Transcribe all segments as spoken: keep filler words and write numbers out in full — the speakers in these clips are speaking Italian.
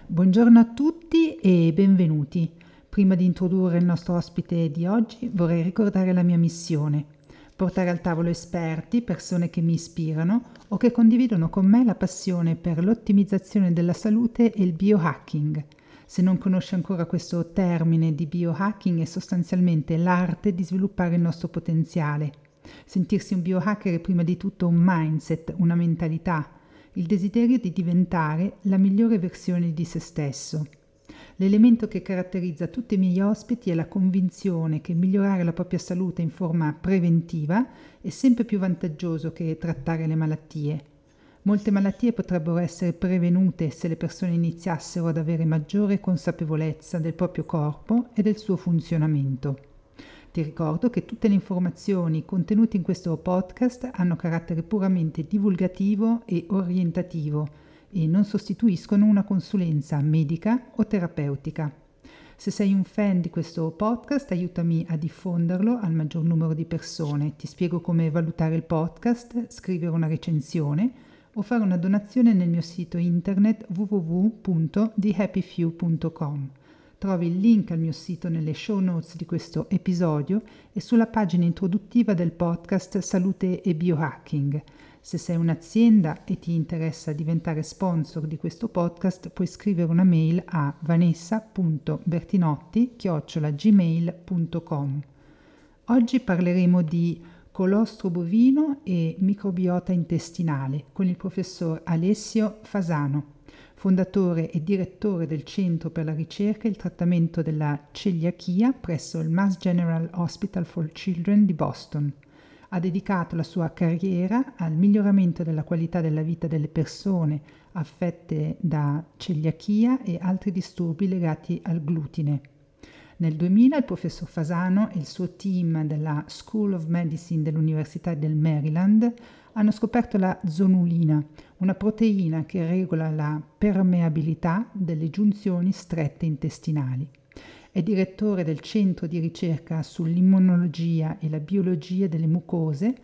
Buongiorno a tutti e benvenuti. Prima di introdurre il nostro ospite di oggi vorrei ricordare la mia missione: portare al tavolo esperti, persone che mi ispirano o che condividono con me la passione per l'ottimizzazione della salute e il biohacking. Se non conosci ancora questo termine di biohacking, è sostanzialmente l'arte di sviluppare il nostro potenziale. Sentirsi un biohacker è prima di tutto un mindset, una mentalità, il desiderio di diventare la migliore versione di se stesso. L'elemento che caratterizza tutti i miei ospiti è la convinzione che migliorare la propria salute in forma preventiva è sempre più vantaggioso che trattare le malattie. Molte malattie potrebbero essere prevenute se le persone iniziassero ad avere maggiore consapevolezza del proprio corpo e del suo funzionamento. Ti ricordo che tutte le informazioni contenute in questo podcast hanno carattere puramente divulgativo e orientativo e non sostituiscono una consulenza medica o terapeutica. Se sei un fan di questo podcast, aiutami a diffonderlo al maggior numero di persone. Ti spiego come valutare il podcast, scrivere una recensione o fare una donazione nel mio sito internet w w w punto the happy few punto com. Trovi il link al mio sito nelle show notes di questo episodio e sulla pagina introduttiva del podcast Salute e Biohacking. Se sei un'azienda e ti interessa diventare sponsor di questo podcast, puoi scrivere una mail a vanessa punto bertinotti chiocciola gmail punto com. Oggi parleremo di colostro bovino e microbiota intestinale con il professor Alessio Fasano, fondatore e direttore del Centro per la ricerca e il trattamento della celiachia presso il Mass General Hospital for Children di Boston. Ha dedicato la sua carriera al miglioramento della qualità della vita delle persone affette da celiachia e altri disturbi legati al glutine. Nel duemila il professor Fasano e il suo team della School of Medicine dell'Università del Maryland hanno scoperto la zonulina, una proteina che regola la permeabilità delle giunzioni strette intestinali. È direttore del Centro di ricerca sull'immunologia e la biologia delle mucose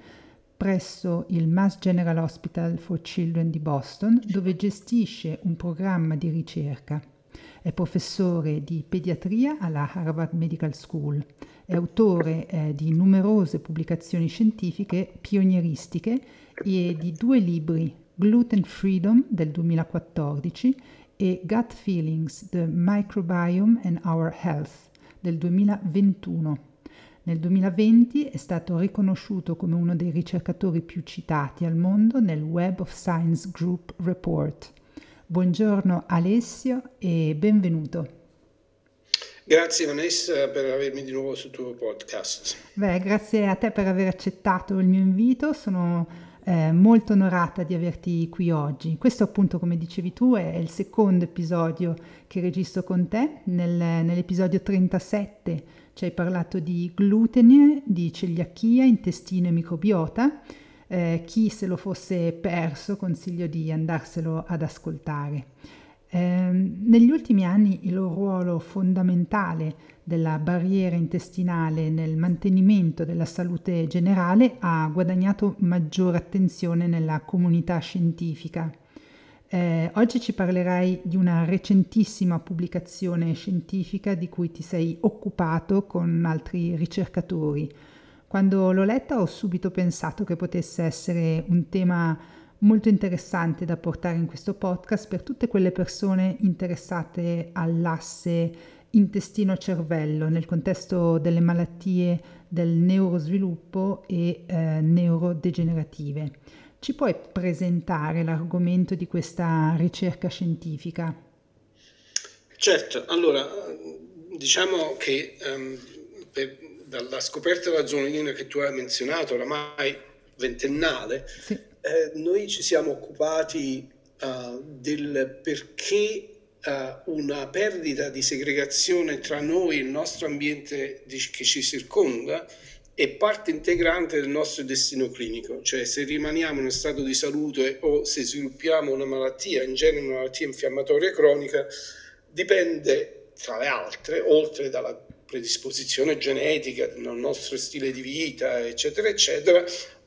presso il Mass General Hospital for Children di Boston, dove gestisce un programma di ricerca. È professore di pediatria alla Harvard Medical School. È autore eh, di numerose pubblicazioni scientifiche pionieristiche e di due libri, Gluten Freedom del duemilaquattordici e Gut Feelings, The Microbiome and Our Health del duemilaventuno. Nel duemilaventi è stato riconosciuto come uno dei ricercatori più citati al mondo nel Web of Science Group Report. Buongiorno Alessio e benvenuto. Grazie Vanessa per avermi di nuovo sul tuo podcast. Beh, grazie a te per aver accettato il mio invito, sono eh, molto onorata di averti qui oggi. Questo appunto, come dicevi tu, è il secondo episodio che registro con te. Nel, nell'episodio trentasette ci hai parlato di glutine, di celiachia, intestino e microbiota. Eh, chi se lo fosse perso consiglio di andarselo ad ascoltare. Eh, negli ultimi anni il ruolo fondamentale della barriera intestinale nel mantenimento della salute generale ha guadagnato maggiore attenzione nella comunità scientifica. Eh, oggi ci parlerai di una recentissima pubblicazione scientifica di cui ti sei occupato con altri ricercatori. Quando l'ho letta ho subito pensato che potesse essere un tema molto interessante da portare in questo podcast per tutte quelle persone interessate all'asse intestino-cervello nel contesto delle malattie del neurosviluppo e eh, neurodegenerative. Ci puoi presentare l'argomento di questa ricerca scientifica? Certo, allora diciamo che um, per, dalla scoperta della zonulina che tu hai menzionato, oramai ventennale, Sì. eh, noi ci siamo occupati uh, del perché uh, una perdita di segregazione tra noi e il nostro ambiente di, che ci circonda è parte integrante del nostro destino clinico, cioè se rimaniamo in uno stato di salute o se sviluppiamo una malattia, in genere una malattia infiammatoria cronica, dipende tra le altre, oltre dalla predisposizione genetica, dal nostro stile di vita, eccetera, eccetera,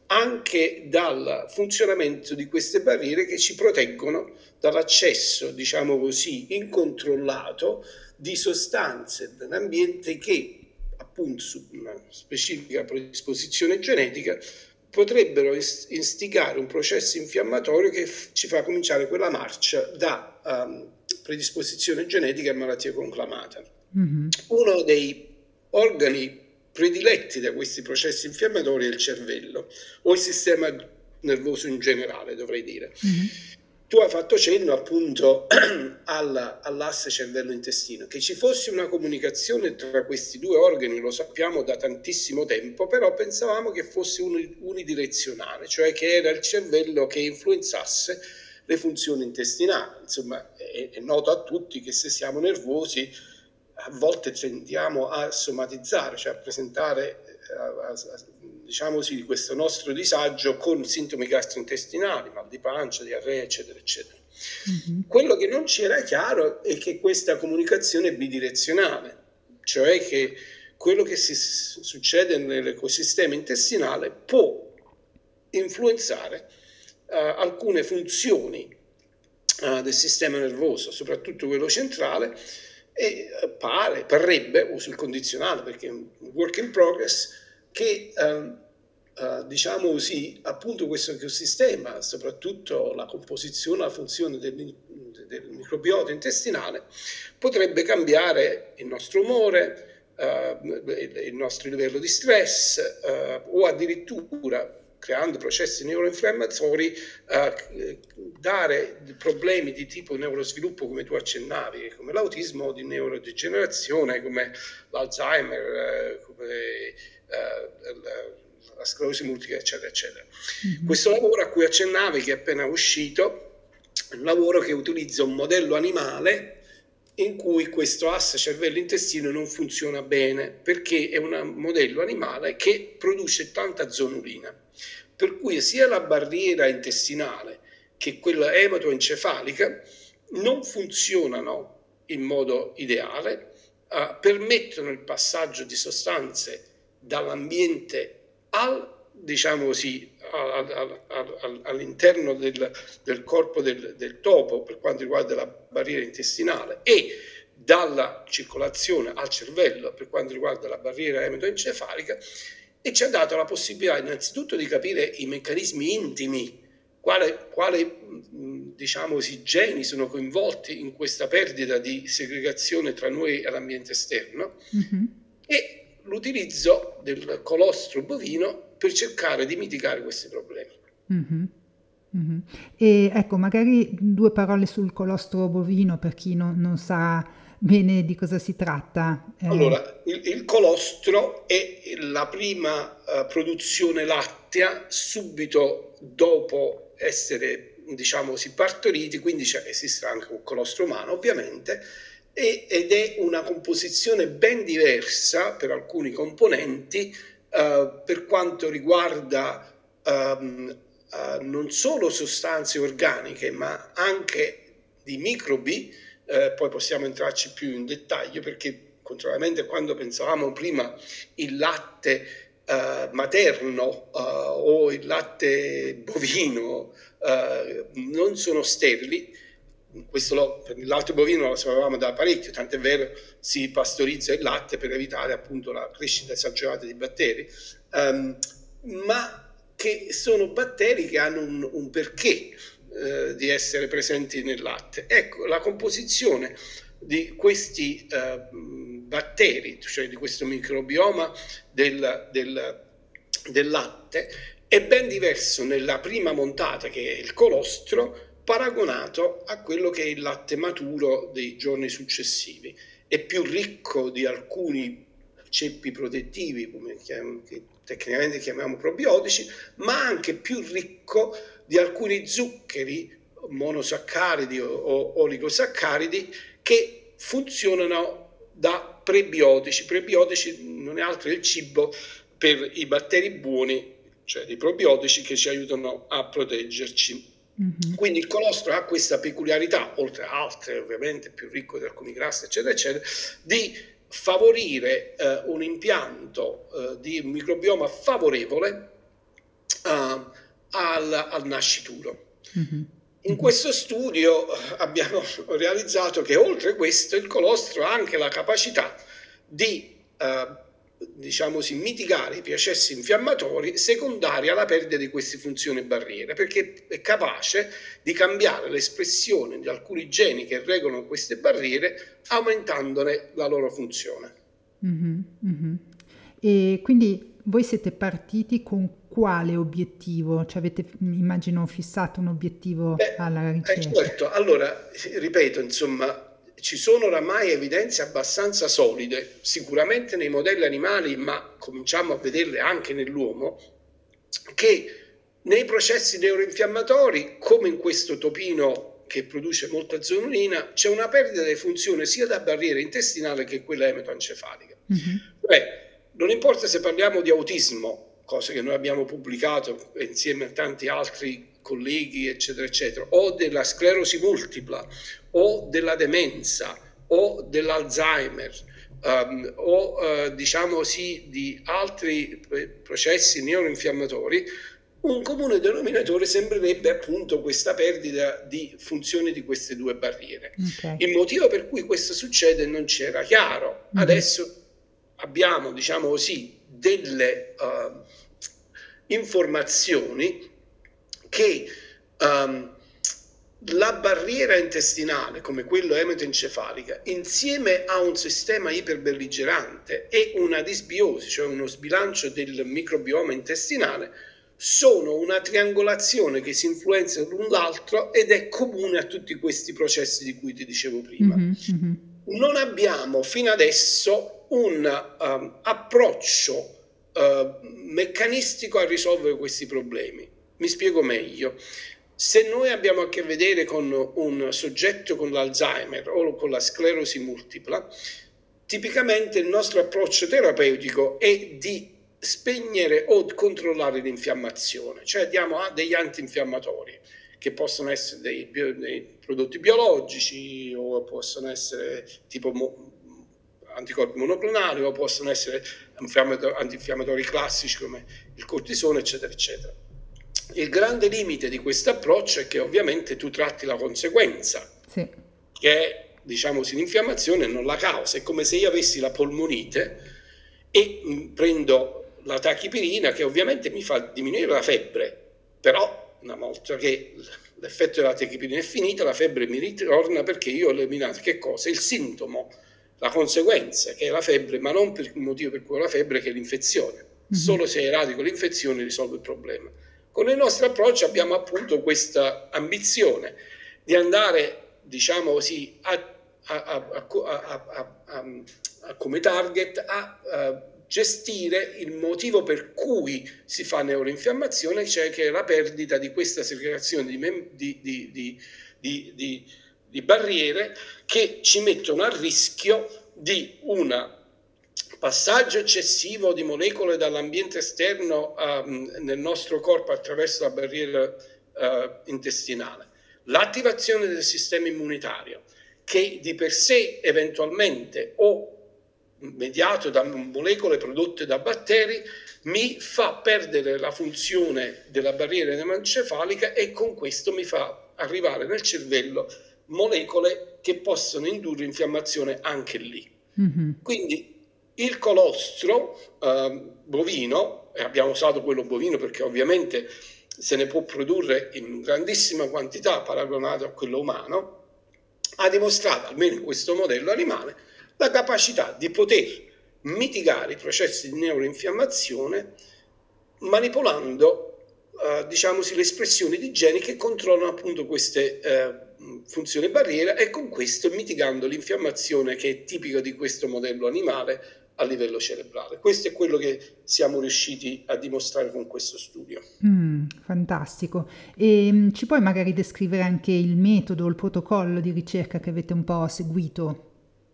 anche dal funzionamento di queste barriere che ci proteggono dall'accesso, diciamo così, incontrollato di sostanze nell'ambiente che, appunto, su una specifica predisposizione genetica, potrebbero istigare un processo infiammatorio che f- ci fa cominciare quella marcia da um, predisposizione genetica a malattia conclamata. Mhm. Uno dei organi prediletti da questi processi infiammatori è il cervello, o il sistema nervoso in generale, dovrei dire. Mhm. Tu hai fatto cenno appunto alla- all'asse cervello-intestino. Che ci fosse una comunicazione tra questi due organi lo sappiamo da tantissimo tempo, però pensavamo che fosse uni- unidirezionale, cioè che era il cervello che influenzasse le funzioni intestinali. Insomma, è, è noto a tutti che se siamo nervosi a volte tendiamo a somatizzare, cioè a presentare, a, a, a, diciamo sì, questo nostro disagio con sintomi gastrointestinali, mal di pancia, diarrea, eccetera, eccetera. Mhm. Quello che non ci era chiaro è che questa comunicazione è bidirezionale, cioè che quello che si succede nell'ecosistema intestinale può influenzare uh, alcune funzioni uh, del sistema nervoso, soprattutto quello centrale, e uh, pare, parrebbe, uso il condizionale perché è un work in progress, che uh, uh, diciamo così, appunto questo ecosistema, soprattutto la composizione, la funzione del, del microbiota intestinale, potrebbe cambiare il nostro umore, Uh, il nostro livello di stress uh, o addirittura creando processi neuroinfiammatori uh, dare problemi di tipo neurosviluppo come tu accennavi, come l'autismo, di neurodegenerazione come l'Alzheimer, uh, come uh, la sclerosi multipla, eccetera, eccetera. Mm-hmm. Questo lavoro a cui accennavi, che è appena uscito, è un lavoro che utilizza un modello animale in cui questo asse cervello-intestino non funziona bene, perché è un modello animale che produce tanta zonulina, per cui sia la barriera intestinale che quella ematoencefalica non funzionano in modo ideale, eh, permettono il passaggio di sostanze dall'ambiente al, diciamo così, al, al, al, all'interno del, del corpo del, del topo per quanto riguarda la barriera intestinale e dalla circolazione al cervello per quanto riguarda la barriera ematoencefalica, e ci ha dato la possibilità innanzitutto di capire i meccanismi intimi, quale, quale diciamo così, geni sono coinvolti in questa perdita di segregazione tra noi e l'ambiente esterno, mm-hmm. e l'utilizzo del colostro bovino per cercare di mitigare questi problemi. Mm-hmm. Mm-hmm. E ecco, magari due parole sul colostro bovino per chi non, non sa bene di cosa si tratta. Eh. Allora, il, il colostro è la prima uh, produzione lattea subito dopo essere, diciamo così, partoriti, quindi esiste anche un colostro umano ovviamente, e, ed è una composizione ben diversa per alcuni componenti uh, per quanto riguarda um, uh, non solo sostanze organiche ma anche di microbi. Eh, poi possiamo entrarci più in dettaglio perché contrariamente a quando pensavamo prima il latte eh, materno eh, o il latte bovino eh, non sono sterili. Questo lo, per il latte bovino lo sapevamo da parecchio, tant'è vero si pastorizza il latte per evitare appunto la crescita esagerata di batteri, um, ma che sono batteri che hanno un, un perché eh, di essere presenti nel latte. Ecco, la composizione di questi eh, batteri, cioè di questo microbioma del, del, del latte, è ben diverso nella prima montata, che è il colostro, paragonato a quello che è il latte maturo dei giorni successivi. È più ricco di alcuni ceppi protettivi, come chiam- che tecnicamente chiamiamo probiotici, ma anche più ricco di alcuni zuccheri, monosaccaridi o, o oligosaccaridi, che funzionano da prebiotici. Prebiotici non è altro che il cibo per i batteri buoni, cioè dei probiotici che ci aiutano a proteggerci. Mm-hmm. Quindi il colostro ha questa peculiarità, oltre a altre ovviamente, più ricco di alcuni grassi, eccetera, eccetera, di favorire eh, un impianto eh, di un microbioma favorevole uh, al, al nascituro. Mm-hmm. In questo studio abbiamo realizzato che oltre questo il colostro ha anche la capacità di uh, diciamo sì, mitigare i processi infiammatori secondari alla perdita di queste funzioni barriere, perché è capace di cambiare l'espressione di alcuni geni che regolano queste barriere, aumentandone la loro funzione. Mm-hmm, mm-hmm. E quindi voi siete partiti con quale obiettivo? Cioè avete, immagino, fissato un obiettivo Beh, alla ricerca? eh, certo, allora, ripeto, insomma, ci sono oramai evidenze abbastanza solide, sicuramente nei modelli animali, ma cominciamo a vederle anche nell'uomo, che nei processi neuroinfiammatori, come in questo topino che produce molta zonulina, c'è una perdita di funzione sia da barriera intestinale che quella ematoencefalica. Mm-hmm. Beh, non importa se parliamo di autismo, cosa che noi abbiamo pubblicato insieme a tanti altri colleghi, eccetera, eccetera, o della sclerosi multipla, o della demenza, o dell'Alzheimer, um, o uh, diciamo sì, di altri processi neuroinfiammatori, un comune denominatore sembrerebbe appunto questa perdita di funzione di queste due barriere. Okay. Il motivo per cui questo succede non c'era chiaro. Mm-hmm. Adesso abbiamo, diciamo così, delle uh, informazioni che um, la barriera intestinale, come quella ematoencefalica, insieme a un sistema iperbelligerante e una disbiosi, cioè uno sbilancio del microbioma intestinale, sono una triangolazione che si influenza l'un l'altro ed è comune a tutti questi processi di cui ti dicevo prima. Mm-hmm. Non abbiamo fino adesso un um, approccio uh, meccanistico a risolvere questi problemi. Mi spiego meglio. Se noi abbiamo a che vedere con un soggetto con l'Alzheimer o con la sclerosi multipla, tipicamente il nostro approccio terapeutico è di spegnere o controllare l'infiammazione, cioè diamo degli antinfiammatori che possono essere dei, bio, dei prodotti biologici o possono essere tipo mo, anticorpi monoclonali o possono essere antinfiammatori classici come il cortisone, eccetera, eccetera. Il grande limite di questo approccio è che ovviamente tu tratti la conseguenza, sì, che è, diciamo, l'infiammazione, non la causa. È come se io avessi la polmonite e mh, prendo la tachipirina, che ovviamente mi fa diminuire la febbre, però una volta che l'effetto della tachipirina è finito, la febbre mi ritorna perché io ho eliminato che cosa? Il sintomo, la conseguenza, che è la febbre, ma non per il motivo per cui ho la febbre, che è l'infezione. Mm-hmm. Solo se eradico l'infezione risolvo il problema. Con il nostro approccio abbiamo appunto questa ambizione di andare, diciamo così, a, a, a, a, a, a come target a, a gestire il motivo per cui si fa neuroinfiammazione, cioè che è la perdita di questa segregazione di, di, di, di, di, di, di barriere che ci mettono a rischio di una passaggio eccessivo di molecole dall'ambiente esterno um, nel nostro corpo attraverso la barriera uh, intestinale, l'attivazione del sistema immunitario che di per sé eventualmente o mediato da molecole prodotte da batteri mi fa perdere la funzione della barriera ematoencefalica e con questo mi fa arrivare nel cervello molecole che possono indurre infiammazione anche lì. Mm-hmm. Quindi il colostro eh, bovino, e abbiamo usato quello bovino perché ovviamente se ne può produrre in grandissima quantità paragonato a quello umano, ha dimostrato, almeno in questo modello animale, la capacità di poter mitigare i processi di neuroinfiammazione manipolando, eh, diciamo, le espressioni di geni che controllano appunto queste eh, funzioni barriera e con questo mitigando l'infiammazione che è tipica di questo modello animale a livello cerebrale. Questo è quello che siamo riusciti a dimostrare con questo studio. Mm, fantastico. E ci puoi magari descrivere anche il metodo, il protocollo di ricerca che avete un po' seguito?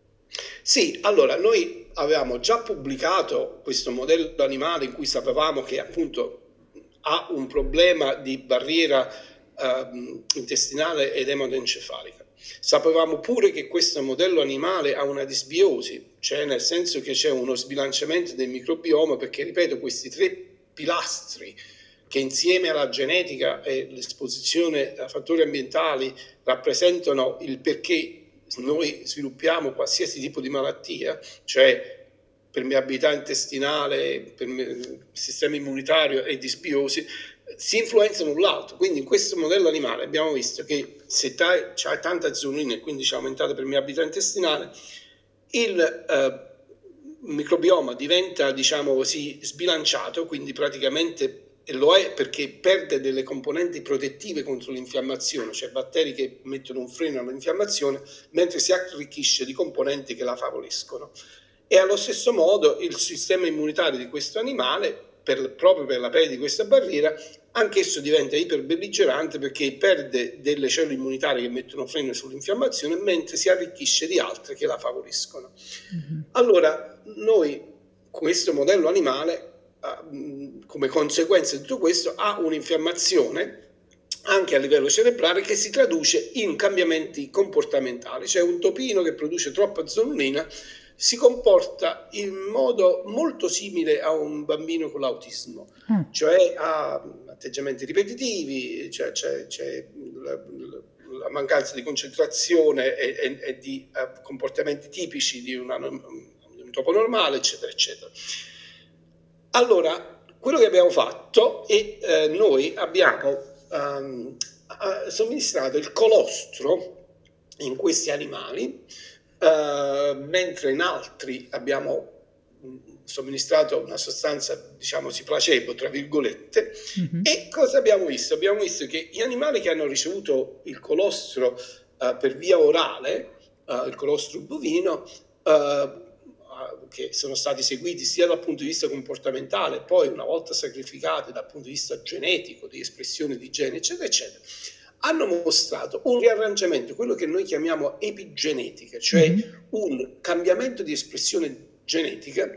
Sì, allora noi avevamo già pubblicato questo modello animale in cui sapevamo che appunto ha un problema di barriera eh, intestinale ed ematoencefalica. Sapevamo pure che questo modello animale ha una disbiosi, cioè nel senso che c'è uno sbilanciamento del microbioma, perché ripeto, questi tre pilastri che insieme alla genetica e l'esposizione a fattori ambientali rappresentano il perché noi sviluppiamo qualsiasi tipo di malattia, cioè permeabilità intestinale, perme- sistema immunitario e disbiosi, si influenzano l'un l'altro. Quindi in questo modello animale abbiamo visto che se c'è tanta zonulina e quindi c'è aumentata permeabilità intestinale, il eh, microbioma diventa, diciamo così, sbilanciato, quindi praticamente e lo è perché perde delle componenti protettive contro l'infiammazione, cioè batteri che mettono un freno all'infiammazione, mentre si arricchisce di componenti che la favoriscono. E allo stesso modo il sistema immunitario di questo animale, per, proprio per la perdita di questa barriera, anch'esso diventa iperbelligerante perché perde delle cellule immunitarie che mettono freno sull'infiammazione, mentre si arricchisce di altre che la favoriscono. Mm-hmm. Allora, noi, questo modello animale, come conseguenza di tutto questo, ha un'infiammazione anche a livello cerebrale che si traduce in cambiamenti comportamentali. C'è un topino che produce troppa zonulina, si comporta in modo molto simile a un bambino con l'autismo, mm. cioè ha atteggiamenti ripetitivi, cioè c'è, c'è la, la mancanza di concentrazione e, e, e di uh, comportamenti tipici di, una, di un topo normale, eccetera, eccetera. Allora, quello che abbiamo fatto è eh, noi abbiamo um, somministrato il colostro in questi animali, uh, mentre in altri abbiamo somministrato una sostanza, diciamo, placebo, tra virgolette. Mm-hmm. E cosa abbiamo visto? Abbiamo visto che gli animali che hanno ricevuto il colostro uh, per via orale, uh, il colostro bovino, uh, che sono stati seguiti sia dal punto di vista comportamentale, poi una volta sacrificati dal punto di vista genetico, di espressione di geni, eccetera, eccetera, hanno mostrato un riarrangiamento, quello che noi chiamiamo epigenetica, cioè mm-hmm. un cambiamento di espressione genetica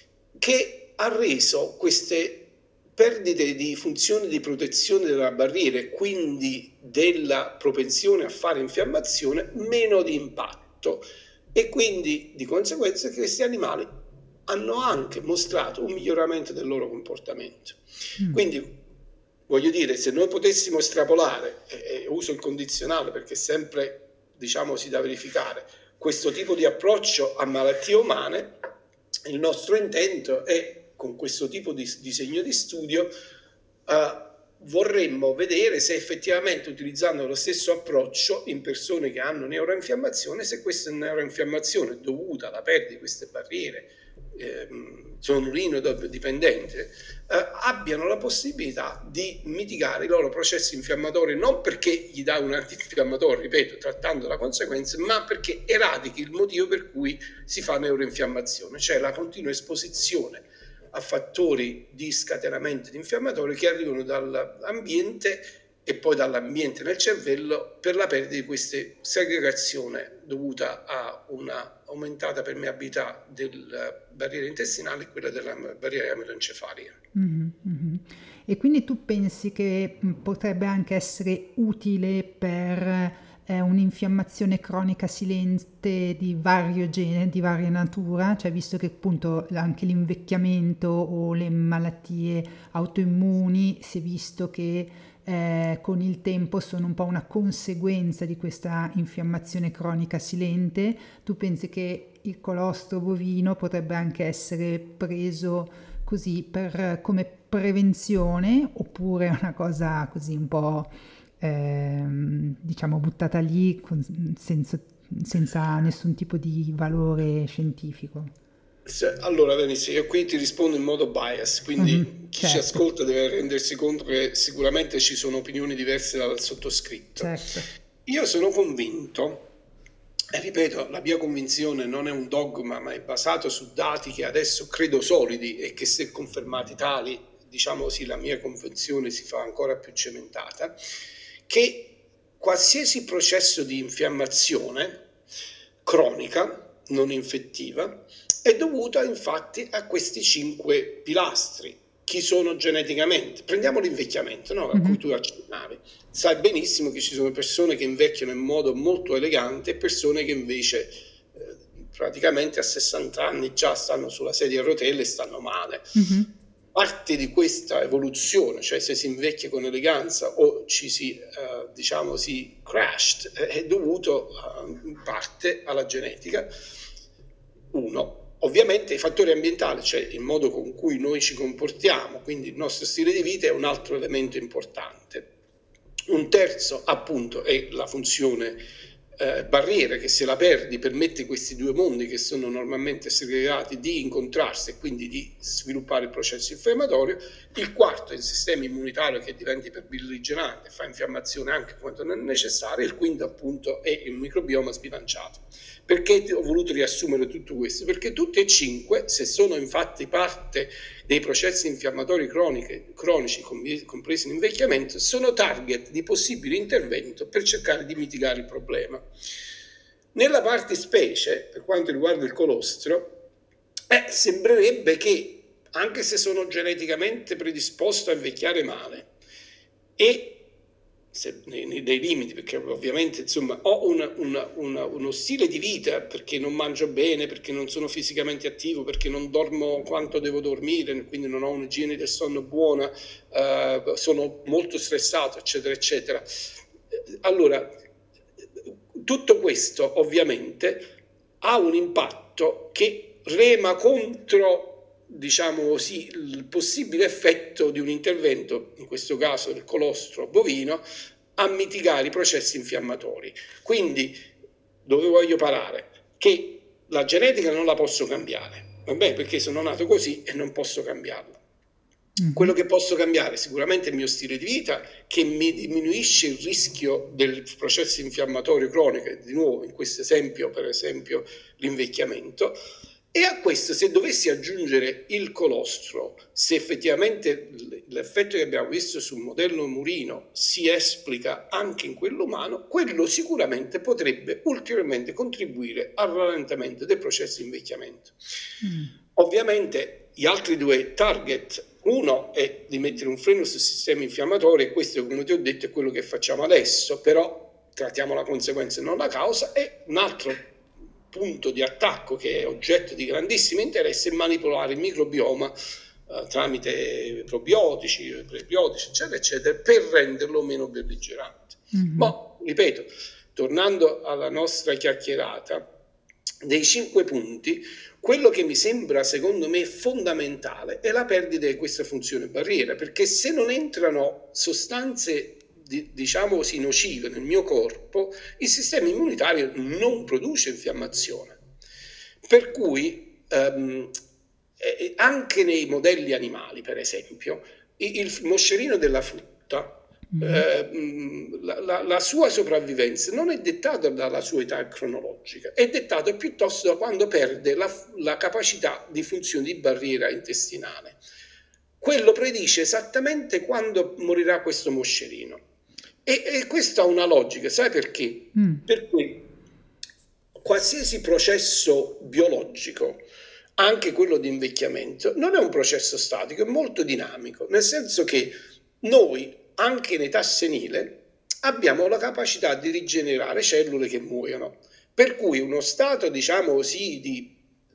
che ha reso queste perdite di funzioni di protezione della barriera e quindi della propensione a fare infiammazione meno di impatto. E quindi di conseguenza questi animali hanno anche mostrato un miglioramento del loro comportamento. Mm. Quindi voglio dire, se noi potessimo estrapolare, e, e uso il condizionale perché sempre, diciamo, si da verificare, questo tipo di approccio a malattie umane, il nostro intento è, con questo tipo di disegno di studio, uh, vorremmo vedere se effettivamente, utilizzando lo stesso approccio in persone che hanno neuroinfiammazione, se questa neuroinfiammazione dovuta alla perdita di queste barriere ehm, zonulino dipendente eh, abbiano la possibilità di mitigare i loro processi infiammatori, non perché gli dà un antinfiammatorio, ripeto, trattando la conseguenza, ma perché eradichi il motivo per cui si fa neuroinfiammazione, cioè la continua esposizione a fattori di scatenamento di infiammatori che arrivano dall'ambiente e poi dall'ambiente nel cervello per la perdita di questa segregazione dovuta a una aumentata permeabilità della barriera intestinale e quella della barriera ematoencefalica. Mm-hmm, mm-hmm. E quindi tu pensi che potrebbe anche essere utile per eh, un'infiammazione cronica silente di vario genere, di varia natura, cioè visto che appunto anche l'invecchiamento o le malattie autoimmuni si è visto che eh, con il tempo sono un po' una conseguenza di questa infiammazione cronica silente, tu pensi che il colostro bovino potrebbe anche essere preso così per come prevenzione oppure è una cosa così un po' Ehm, diciamo buttata lì con, senza, senza nessun tipo di valore scientifico? Allora Denise, io qui ti rispondo in modo bias, quindi mm-hmm, chi certo. ci ascolta deve rendersi conto che sicuramente ci sono opinioni diverse dal sottoscritto. Certo. Io sono convinto, e ripeto, la mia convinzione non è un dogma, ma è basato su dati che adesso credo solidi e che, se confermati tali, diciamo così, la mia convinzione si fa ancora più cementata, che qualsiasi processo di infiammazione cronica, non infettiva, è dovuta infatti a questi cinque pilastri. Chi sono geneticamente? Prendiamo l'invecchiamento, no? A cui tu accennavi. Sai benissimo che ci sono persone che invecchiano in modo molto elegante e persone che invece eh, praticamente a sessanta anni già stanno sulla sedia a rotelle e stanno male. Mm-hmm. parte di questa evoluzione, cioè se si invecchia con eleganza o ci si, eh, diciamo, si crashed, è dovuto eh, in parte alla genetica. Uno. Ovviamente i fattori ambientali, cioè il modo con cui noi ci comportiamo, quindi il nostro stile di vita, è un altro elemento importante. Un terzo, appunto, è la funzione eh, barriera, che se la perdi permette questi due mondi che sono normalmente segregati di incontrarsi e quindi di sviluppare il processo infiammatorio. Il quarto è il sistema immunitario, che diventa iperbelligerante, fa infiammazione anche quando non è necessario. Il quinto, appunto, è il microbioma sbilanciato. Perché ho voluto riassumere tutto questo? Perché tutti e cinque, se sono infatti parte dei processi infiammatori croniche, cronici, compresi l'invecchiamento, sono target di possibile intervento per cercare di mitigare il problema. Nella parte specie, per quanto riguarda il colostro, eh, sembrerebbe che, anche se sono geneticamente predisposto a invecchiare male e Se, nei, nei, dei limiti, perché ovviamente insomma ho una, una, una, uno stile di vita, perché non mangio bene, perché non sono fisicamente attivo, perché non dormo quanto devo dormire, quindi non ho un'igiene del sonno buona, eh, sono molto stressato, eccetera eccetera. Allora, tutto questo ovviamente ha un impatto che rema contro, diciamo così, il possibile effetto di un intervento, in questo caso del colostro bovino, a mitigare i processi infiammatori. Quindi, dove voglio parare? Che la genetica non la posso cambiare, vabbè, perché sono nato così e non posso cambiarla. Mm-hmm. Quello che posso cambiare sicuramente è il mio stile di vita, che mi diminuisce il rischio del processo infiammatorio cronico, di nuovo in questo esempio, per esempio, l'invecchiamento. E a questo, se dovessi aggiungere il colostro, se effettivamente l'effetto che abbiamo visto sul modello murino si esplica anche in quello umano, quello sicuramente potrebbe ulteriormente contribuire al rallentamento del processo di invecchiamento. Mm. Ovviamente gli altri due target, uno è di mettere un freno sul sistema infiammatorio, e questo, come ti ho detto, è quello che facciamo adesso, però trattiamo la conseguenza e non la causa, e un altro punto di attacco che è oggetto di grandissimo interesse è manipolare il microbioma eh, tramite probiotici, prebiotici, eccetera, eccetera, per renderlo meno belligerante. Mm-hmm. Ma, ripeto, tornando alla nostra chiacchierata, dei cinque punti, quello che mi sembra, secondo me, fondamentale è la perdita di questa funzione barriera, perché se non entrano sostanze diciamo così nocive nel mio corpo, il sistema immunitario non produce infiammazione. Per cui ehm, eh, anche nei modelli animali, per esempio, il, il moscerino della frutta, mm. eh, la, la, la sua sopravvivenza non è dettata dalla sua età cronologica, è dettata piuttosto da quando perde la, la capacità di funzione di barriera intestinale. Quello predice esattamente quando morirà questo moscerino. E, e questo ha una logica, sai perché? Mm. Perché qualsiasi processo biologico, anche quello di invecchiamento, non è un processo statico, è molto dinamico, nel senso che noi, anche in età senile, abbiamo la capacità di rigenerare cellule che muoiono. Per cui uno stato, diciamo così, di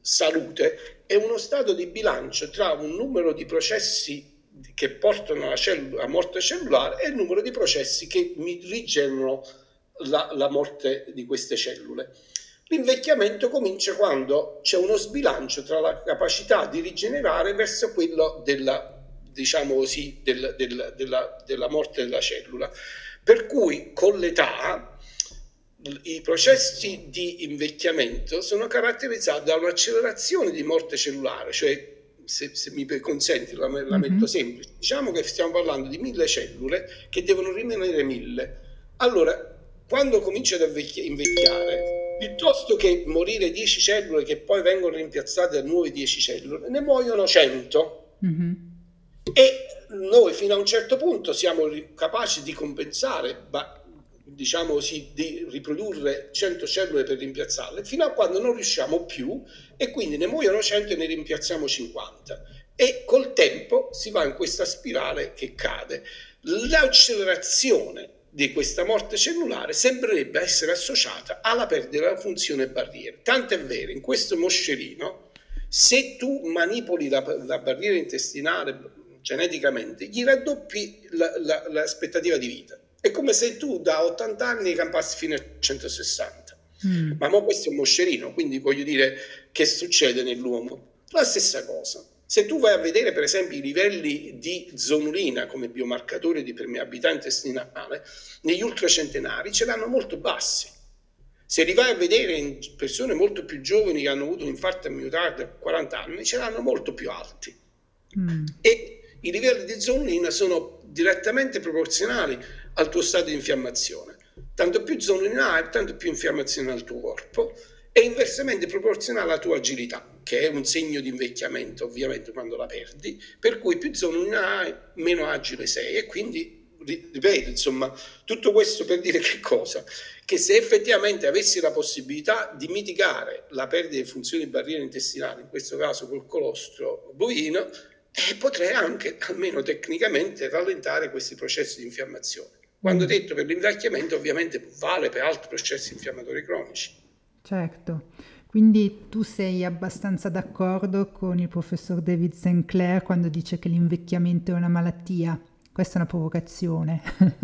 salute è uno stato di bilancio tra un numero di processi che portano alla, cellula, alla morte cellulare e il numero di processi che mi rigenerano la, la morte di queste cellule. L'invecchiamento comincia quando c'è uno sbilancio tra la capacità di rigenerare verso quello della, diciamo così, del, del, della, della morte della cellula. Per cui con l'età i processi di invecchiamento sono caratterizzati da un'accelerazione di morte cellulare, cioè Se, se mi consenti la, la metto mm-hmm. semplice, diciamo che stiamo parlando di mille cellule che devono rimanere mille. Allora, quando cominciano a invecchiare, piuttosto che morire dieci cellule che poi vengono rimpiazzate da nuove dieci cellule, ne muoiono cento. Mm-hmm. E noi fino a un certo punto siamo capaci di compensare, ma, diciamo così, di riprodurre cento cellule per rimpiazzarle, fino a quando non riusciamo più, e quindi ne muoiono cento e ne rimpiazziamo cinquanta. E col tempo si va in questa spirale che cade. L'accelerazione di questa morte cellulare sembrerebbe essere associata alla perdita della funzione barriera. Tanto è vero, in questo moscerino Se tu manipoli la, la barriera intestinale geneticamente, gli raddoppi la, la, l'aspettativa di vita. È come se tu da ottanta anni campassi fino a centosessanta. Mm. Ma mo questo è un moscerino, quindi voglio dire, che succede nell'uomo? La stessa cosa. Se tu vai a vedere per esempio i livelli di zonulina come biomarcatore di permeabilità intestinale, negli ultracentenari ce l'hanno molto bassi. Se li vai a vedere in persone molto più giovani che hanno avuto un infarto a miocardio a quaranta anni, ce l'hanno molto più alti. Mm. E i livelli di zonulina sono direttamente proporzionali al tuo stato di infiammazione. Tanto più zonulina hai, tanto più infiammazione al tuo corpo, e inversamente proporzionale alla tua agilità, che è un segno di invecchiamento ovviamente quando la perdi, per cui più zonulina hai, meno agile sei. E quindi, ripeto, insomma, tutto questo per dire che cosa? Che se effettivamente avessi la possibilità di mitigare la perdita di funzioni di barriera intestinale, in questo caso col colostro bovino, eh, potrei anche, almeno tecnicamente, rallentare questi processi di infiammazione. Quando mm. detto per l'invecchiamento, ovviamente vale per altri processi infiammatori cronici. Certo, quindi tu sei abbastanza d'accordo con il professor David Sinclair quando dice che l'invecchiamento è una malattia? Questa è una provocazione.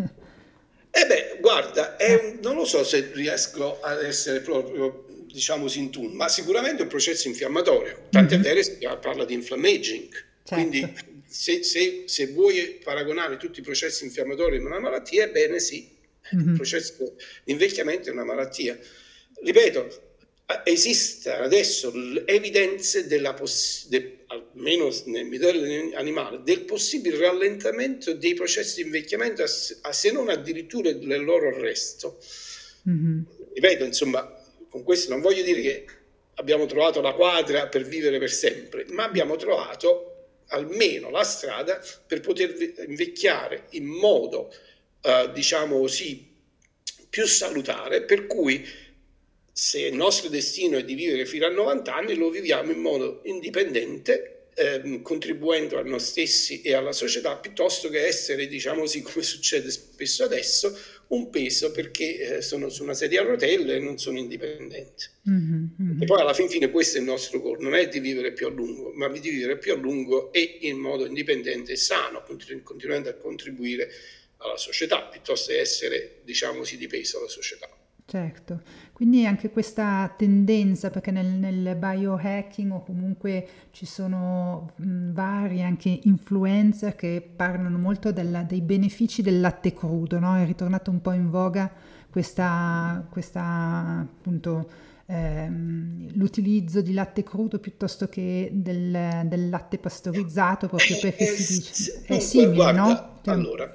Eh beh, guarda, è un, non lo so se riesco ad essere proprio, diciamo, in tune, ma sicuramente è un processo infiammatorio. Tant'è mm-hmm. vero che si parla di inflammaging. Certo. Quindi se, se, se vuoi paragonare tutti i processi infiammatori a una malattia, ebbene sì, mm-hmm. il processo di invecchiamento è una malattia. Ripeto, esistono adesso evidenze della poss- de, almeno nel modello animale, del possibile rallentamento dei processi di invecchiamento, a, a, se non addirittura del loro arresto. Mm-hmm. Ripeto, insomma, con questo non voglio dire che abbiamo trovato la quadra per vivere per sempre, ma abbiamo trovato almeno la strada per poter invecchiare in modo, uh, diciamo così, più salutare, per cui se il nostro destino è di vivere fino a novanta anni, lo viviamo in modo indipendente, ehm, contribuendo a noi stessi e alla società, piuttosto che essere, diciamo così, come succede spesso adesso, un peso perché eh, sono su una sedia a rotelle e non sono indipendente. Mm-hmm, mm-hmm. E poi alla fin fine questo è il nostro goal, non è di vivere più a lungo, ma di vivere più a lungo e in modo indipendente e sano, continuando a contribuire alla società, piuttosto che essere, diciamo così, di peso alla società. Certo, quindi anche questa tendenza, perché nel, nel biohacking o comunque ci sono mh, vari anche influencer che parlano molto della, dei benefici del latte crudo, no? È ritornato un po' in voga questa, questa appunto ehm, l'utilizzo di latte crudo piuttosto che del, del latte pastorizzato, proprio perché eh, si dice è è simile, guarda, no? Cioè, allora,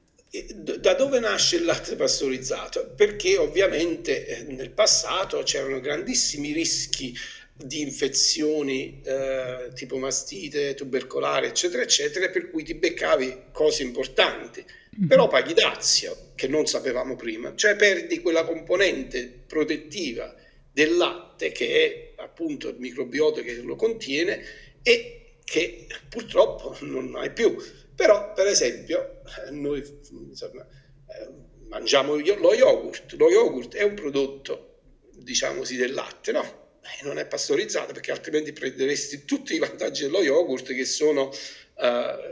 da dove nasce il latte pastorizzato? Perché ovviamente nel passato c'erano grandissimi rischi di infezioni eh, tipo mastite, tubercolare, eccetera, eccetera, per cui ti beccavi cose importanti. Mm-hmm. Però paghi dazio, che non sapevamo prima, cioè perdi quella componente protettiva del latte che è appunto il microbiota che lo contiene e che purtroppo non hai più. Però, per esempio, noi insomma, eh, mangiamo lo yogurt. Lo yogurt è un prodotto, diciamo così, del latte, no? Eh, non è pastorizzato perché altrimenti prenderesti tutti i vantaggi dello yogurt, che sono eh,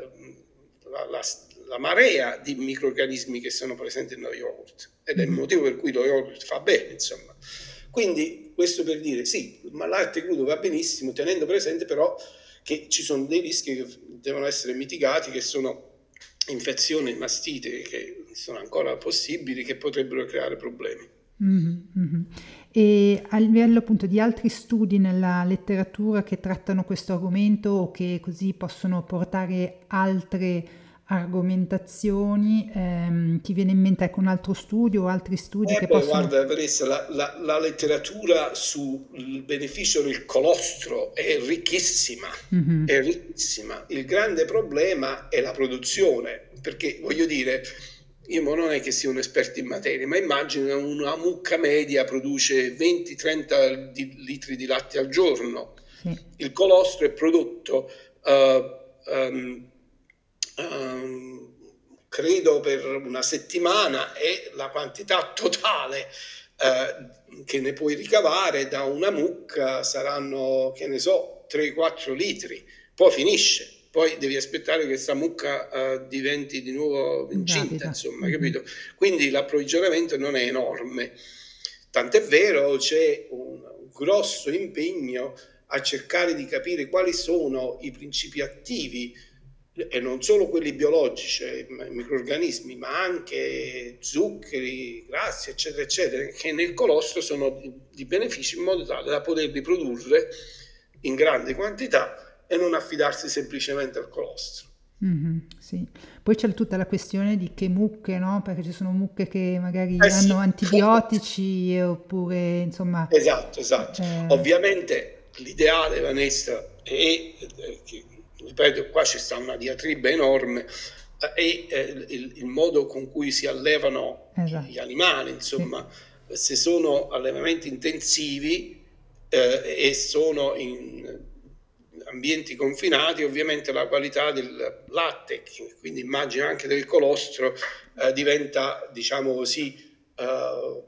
la, la, la marea di microrganismi che sono presenti nello yogurt. Ed è il motivo per cui lo yogurt fa bene, insomma. Quindi, questo per dire, sì, ma il latte crudo va benissimo, tenendo presente però che ci sono dei rischi che devono essere mitigati, che sono infezioni, mastite, che sono ancora possibili, che potrebbero creare problemi. Mm-hmm. E a livello appunto di altri studi nella letteratura che trattano questo argomento o che così possono portare altre argomentazioni, ehm, ti viene in mente ecco, un altro studio o altri studi eh che beh, possono... Guarda Vanessa, la, la, la letteratura sul beneficio del colostro è ricchissima, mm-hmm. è ricchissima. Il grande problema è la produzione, perché voglio dire, io non è che sia un esperto in materia, ma immagino una mucca media produce venti trenta litri di latte al giorno. Sì. Il colostro è prodotto uh, um, um, credo per una settimana, e la quantità totale eh, che ne puoi ricavare da una mucca saranno, che ne so, tre quattro litri, poi finisce. Poi devi aspettare che questa mucca uh, diventi di nuovo incinta, Gravida. insomma, Mhm. capito? Quindi l'approvvigionamento non è enorme. Tant'è vero, c'è un, un grosso impegno a cercare di capire quali sono i principi attivi, e non solo quelli biologici, cioè microrganismi, ma anche zuccheri, grassi, eccetera, eccetera, che nel colostro sono di, di beneficio, in modo tale da poterli produrre in grandi quantità e non affidarsi semplicemente al colostro. Mhm, sì. Poi c'è tutta la questione di che mucche, no? Perché ci sono mucche che magari Eh sì, hanno antibiotici eh, oppure, insomma, esatto, esatto. eh, Ovviamente l'ideale, Vanessa, è, eh, che, ripeto, qua ci sta una diatriba enorme, eh, è eh, il, il modo con cui si allevano gli esatto, animali, sì. insomma, se sono allevamenti intensivi eh, e sono in ambienti confinati, ovviamente la qualità del latte, quindi immagino anche del colostro, eh, diventa, diciamo così, eh,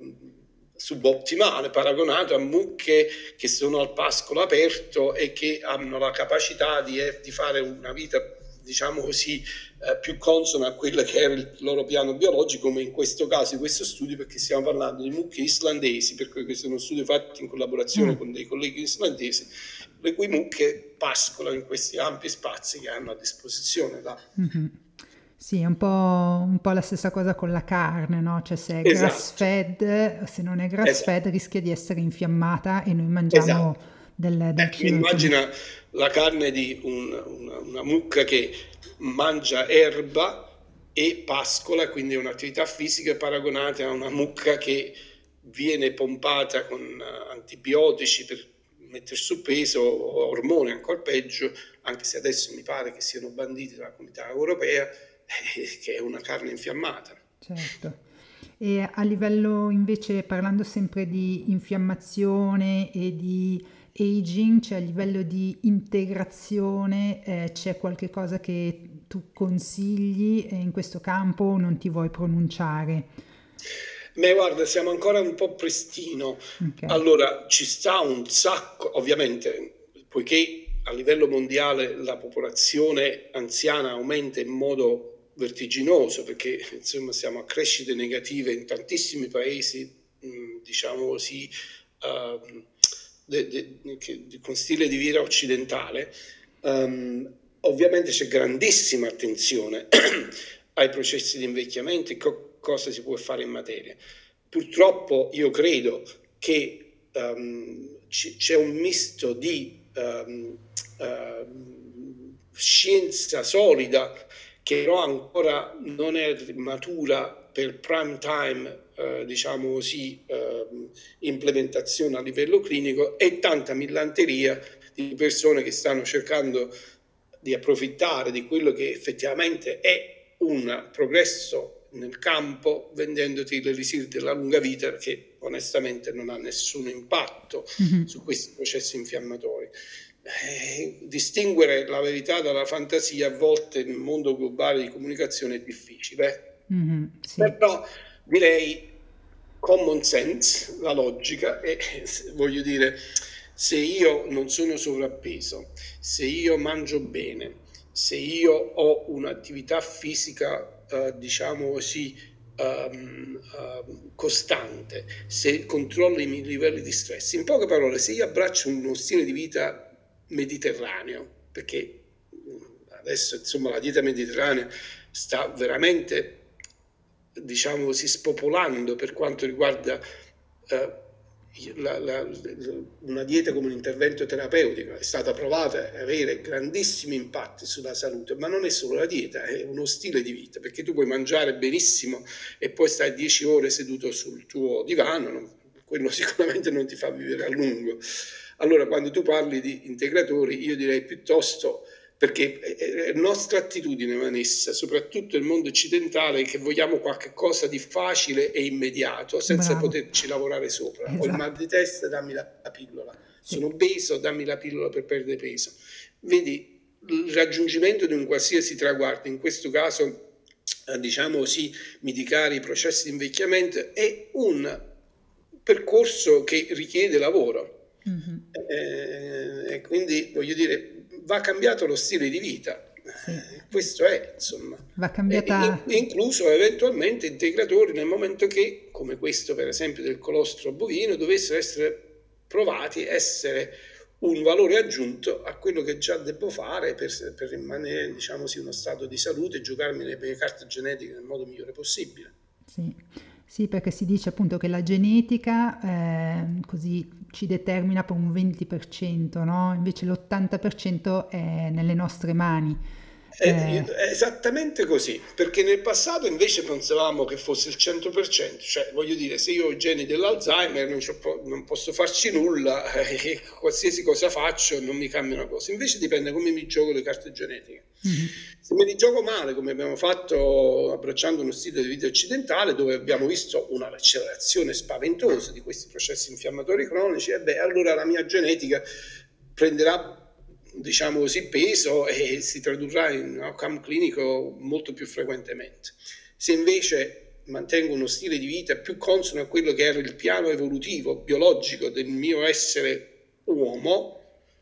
subottimale paragonato a mucche che sono al pascolo aperto e che hanno la capacità di, di fare una vita, diciamo così, eh, più consona a quello che era il loro piano biologico, come in questo caso di questo studio, perché stiamo parlando di mucche islandesi, per cui questo è uno studio fatto in collaborazione Mm. con dei colleghi islandesi, le cui mucche pascolano in questi ampi spazi che hanno a disposizione là. Mhm. Sì, è un po', un po' la stessa cosa con la carne, no? Cioè se è grass Esatto, fed, se non è grass esatto. fed rischia di essere infiammata e noi mangiamo Esatto. del, del Eh, circolo. immagina la carne di un- una, una mucca che mangia erba e pascola, quindi è un'attività fisica paragonata a una mucca che viene pompata con eh, antibiotici per mettere su peso o ormoni, ancora peggio, anche se adesso mi pare che siano banditi dalla Comunità Europea, eh, che è una carne infiammata. Certo. E a livello invece, parlando sempre di infiammazione e di aging, cioè a livello di integrazione, eh, c'è qualche cosa che tu consigli e in questo campo non ti vuoi pronunciare? Beh, guarda, siamo ancora un po' prestino. Ok. Allora, ci sta un sacco, ovviamente, poiché a livello mondiale la popolazione anziana aumenta in modo vertiginoso, perché insomma siamo a crescite negative in tantissimi paesi, mh, diciamo così, ehm, de- de- che- con stile di vita occidentale. Ehm, ovviamente c'è grandissima attenzione ai processi di invecchiamento e co- cosa si può fare in materia. Purtroppo io credo che um, c- c'è un misto di um, uh, scienza solida che però ancora non è matura per prime time, eh, diciamo così, eh, implementazione a livello clinico, e tanta millanteria di persone che stanno cercando di approfittare di quello che effettivamente è un progresso nel campo, vendendoti l'elisir della lunga vita, che onestamente non ha nessun impatto Mhm. su questi processi infiammatori. Eh, distinguere la verità dalla fantasia a volte nel mondo globale di comunicazione è difficile, Mhm, sì. però direi common sense, la logica, e voglio dire, se io non sono sovrappeso, se io mangio bene, se io ho un'attività fisica, eh, diciamo così, um, uh, costante, se controllo i miei livelli di stress, in poche parole, se io abbraccio uno stile di vita mediterraneo, perché adesso insomma la dieta mediterranea sta veramente, diciamo così, spopolando per quanto riguarda eh, la, la, una dieta come un intervento terapeutico, è stata provata ad avere grandissimi impatti sulla salute, ma non è solo la dieta, è uno stile di vita, perché tu puoi mangiare benissimo e poi stai dieci ore seduto sul tuo divano, non, quello sicuramente non ti fa vivere a lungo. Allora, quando tu parli di integratori, io direi piuttosto, perché è nostra attitudine, Vanessa, soprattutto nel mondo occidentale, che vogliamo qualche cosa di facile e immediato senza Bravo. poterci lavorare sopra. Ho il mal Esatto. di testa, dammi la, la pillola. Sì. Sono obeso, dammi la pillola per perdere peso. Vedi, il raggiungimento di un qualsiasi traguardo, in questo caso, eh, diciamo così, mitigare i processi di invecchiamento, è un percorso che richiede lavoro. Mm-hmm. Eh, e quindi voglio dire, va cambiato lo stile di vita. Sì. Questo è, insomma, va cambiata... e, incluso eventualmente integratori nel momento che, come questo per esempio del colostro bovino, dovessero essere provati essere un valore aggiunto a quello che già devo fare per, per rimanere, diciamo, in uno stato di salute e giocarmi le mie carte genetiche nel modo migliore possibile. Sì. Sì, perché si dice appunto che la genetica eh, così ci determina per un venti per cento, no? Invece l'ottanta per cento è nelle nostre mani. È, è esattamente così, perché nel passato invece pensavamo che fosse il cento per cento, cioè voglio dire, se io ho i geni dell'Alzheimer non, non posso farci nulla e qualsiasi cosa faccio non mi cambia una cosa, invece dipende come mi gioco le carte genetiche. Mm-hmm. Se me li gioco male, come abbiamo fatto abbracciando uno stile di vita occidentale dove abbiamo visto un'accelerazione spaventosa di questi processi infiammatori cronici, e beh, allora la mia genetica prenderà, diciamo così, peso e si tradurrà in un outcome clinico molto più frequentemente. Se invece mantengo uno stile di vita più consono a quello che era il piano evolutivo, biologico del mio essere uomo,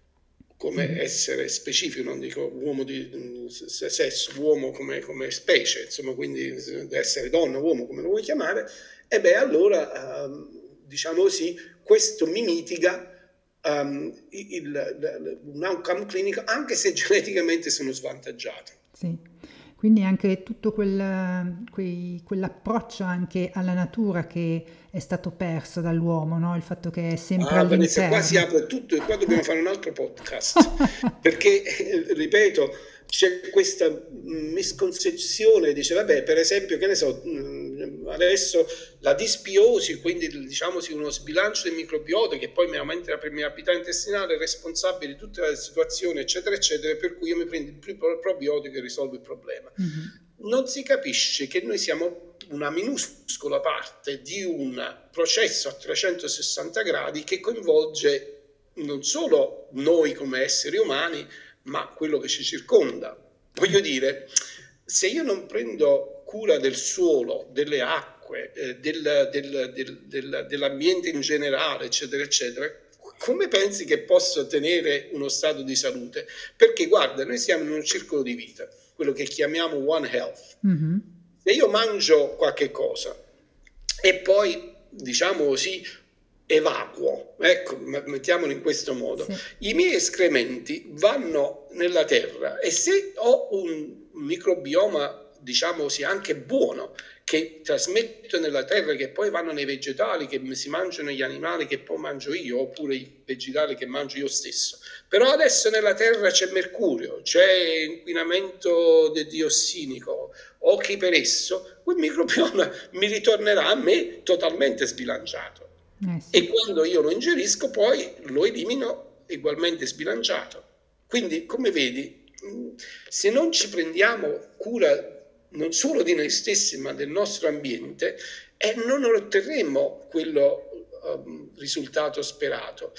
come essere specifico, non dico uomo di sesso, uomo come, come specie, insomma, quindi essere donna, uomo, come lo vuoi chiamare, e beh, allora, diciamo così, questo mi mitiga Um, il, il, un outcome clinico, anche se geneticamente sono svantaggiato. Sì, quindi anche tutto quel, quei, quell'approccio anche alla natura che è stato perso dall'uomo, no? Il fatto che è sempre ah, all'interno. Vanessa, qua si apre tutto e qua dobbiamo fare un altro podcast perché, ripeto, c'è questa misconcezione, dice vabbè, per esempio, che ne so, adesso la disbiosi, quindi diciamo uno sbilancio del microbiota che poi mi aumenta la permeabilità intestinale, è responsabile di tutta la situazione, eccetera eccetera, per cui io mi prendo il probiotico e risolvo il problema. Mm-hmm. Non si capisce che noi siamo una minuscola parte di un processo a trecentosessanta gradi che coinvolge non solo noi come esseri umani, ma quello che ci circonda. Voglio dire, se io non prendo cura del suolo, delle acque, eh, del, del, del, del, dell'ambiente in generale, eccetera, eccetera, come pensi che posso ottenere uno stato di salute? Perché guarda, noi siamo in un circolo di vita, quello che chiamiamo One Health. Mm-hmm. Se io mangio qualche cosa e poi, diciamo così, evacuo, ecco, mettiamolo in questo modo, sì. I miei escrementi vanno nella terra e se ho un microbioma, diciamo così, anche buono, che trasmetto nella terra, che poi vanno nei vegetali, che si mangiano gli animali, che poi mangio io, oppure i vegetali che mangio io stesso. Però adesso nella terra c'è mercurio, c'è inquinamento diossinico, occhi per esso, quel microbioma mi ritornerà a me totalmente sbilanciato. Eh sì. E quando io lo ingerisco poi lo elimino ugualmente sbilanciato. Quindi, come vedi, se non ci prendiamo cura non solo di noi stessi ma del nostro ambiente, eh, non otterremo quello um, risultato sperato.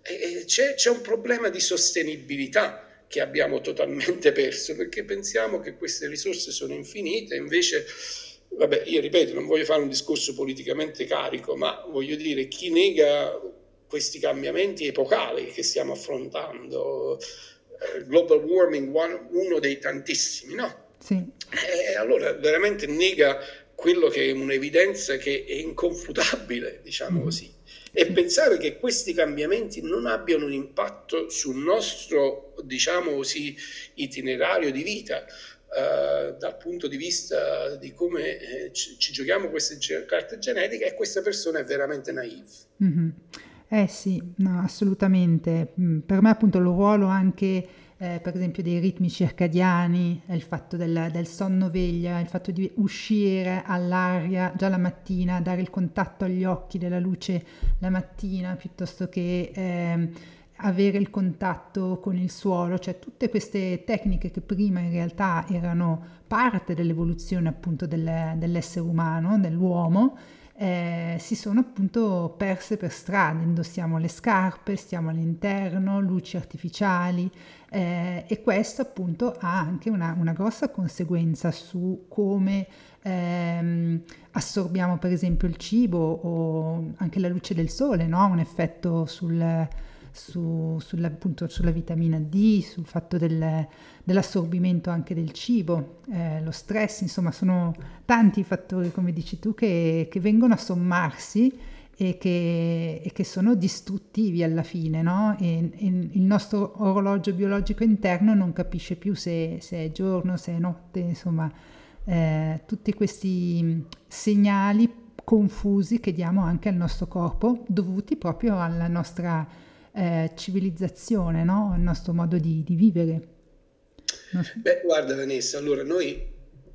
E c'è, c'è un problema di sostenibilità che abbiamo totalmente perso, perché pensiamo che queste risorse sono infinite, invece, vabbè, io ripeto, non voglio fare un discorso politicamente carico, ma voglio dire, chi nega questi cambiamenti epocali che stiamo affrontando, eh, global warming, one, uno dei tantissimi, no? Sì. Eh, allora veramente nega quello che è un'evidenza che è inconfutabile, diciamo mm. così. E sì. Pensare che questi cambiamenti non abbiano un impatto sul nostro, diciamo così, itinerario di vita, Uh, dal punto di vista di come eh, ci, ci giochiamo queste ge- carte genetiche, e questa persona è veramente naive. Mm-hmm. Eh sì, no, assolutamente. Per me appunto il ruolo anche eh, per esempio dei ritmi circadiani, il fatto del, del sonno-veglia, il fatto di uscire all'aria già la mattina, dare il contatto agli occhi della luce la mattina, piuttosto che eh, avere il contatto con il suolo, cioè tutte queste tecniche che prima in realtà erano parte dell'evoluzione appunto del, dell'essere umano, dell'uomo, eh, si sono appunto perse per strada, indossiamo le scarpe, stiamo all'interno, luci artificiali, eh, e questo appunto ha anche una, una grossa conseguenza su come ehm, assorbiamo per esempio il cibo, o anche la luce del sole, no? Ha un effetto sul, su, sulla, appunto, sulla vitamina D, sul fatto del, dell'assorbimento anche del cibo, eh, lo stress, insomma sono tanti i fattori, come dici tu, che, che vengono a sommarsi e che, e che sono distruttivi alla fine, no? E, e il nostro orologio biologico interno non capisce più se, se è giorno, se è notte, insomma, eh, tutti questi segnali confusi che diamo anche al nostro corpo, dovuti proprio alla nostra eh, civilizzazione, no? Al nostro modo di, di vivere. Non so. Beh, guarda Vanessa, allora noi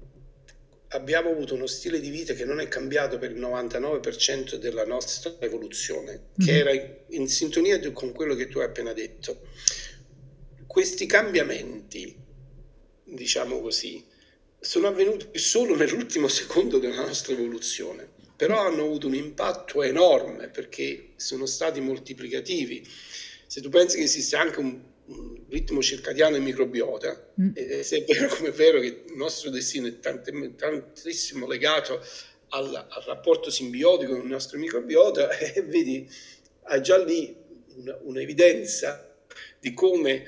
abbiamo avuto uno stile di vita che non è cambiato per il novantanove per cento della nostra evoluzione, che Mhm. era in, in sintonia con quello che tu hai appena detto. Questi cambiamenti, diciamo così, sono avvenuti solo nell'ultimo secondo della nostra evoluzione, però hanno avuto un impatto enorme perché sono stati moltiplicativi. Se tu pensi che esiste anche un, un ritmo circadiano e microbiota, Mm. e se è vero come è vero che il nostro destino è tant- tantissimo legato al, al rapporto simbiotico con il nostro microbiota, e vedi, hai già lì una, un'evidenza di come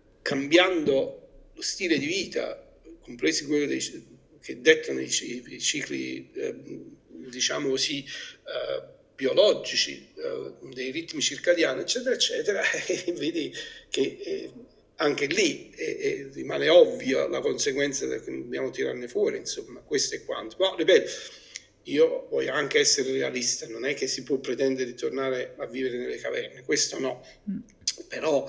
cambiando lo stile di vita, compresi quelli dei, che dettano i, i cicli, eh, diciamo così, eh, biologici, eh, dei ritmi circadiani, eccetera, eccetera, e vedi che eh, anche lì eh, eh, rimane ovvia la conseguenza che dobbiamo tirarne fuori, insomma, questo è quanto. Ma ripeto, io voglio anche essere realista, non è che si può pretendere di tornare a vivere nelle caverne, questo no, però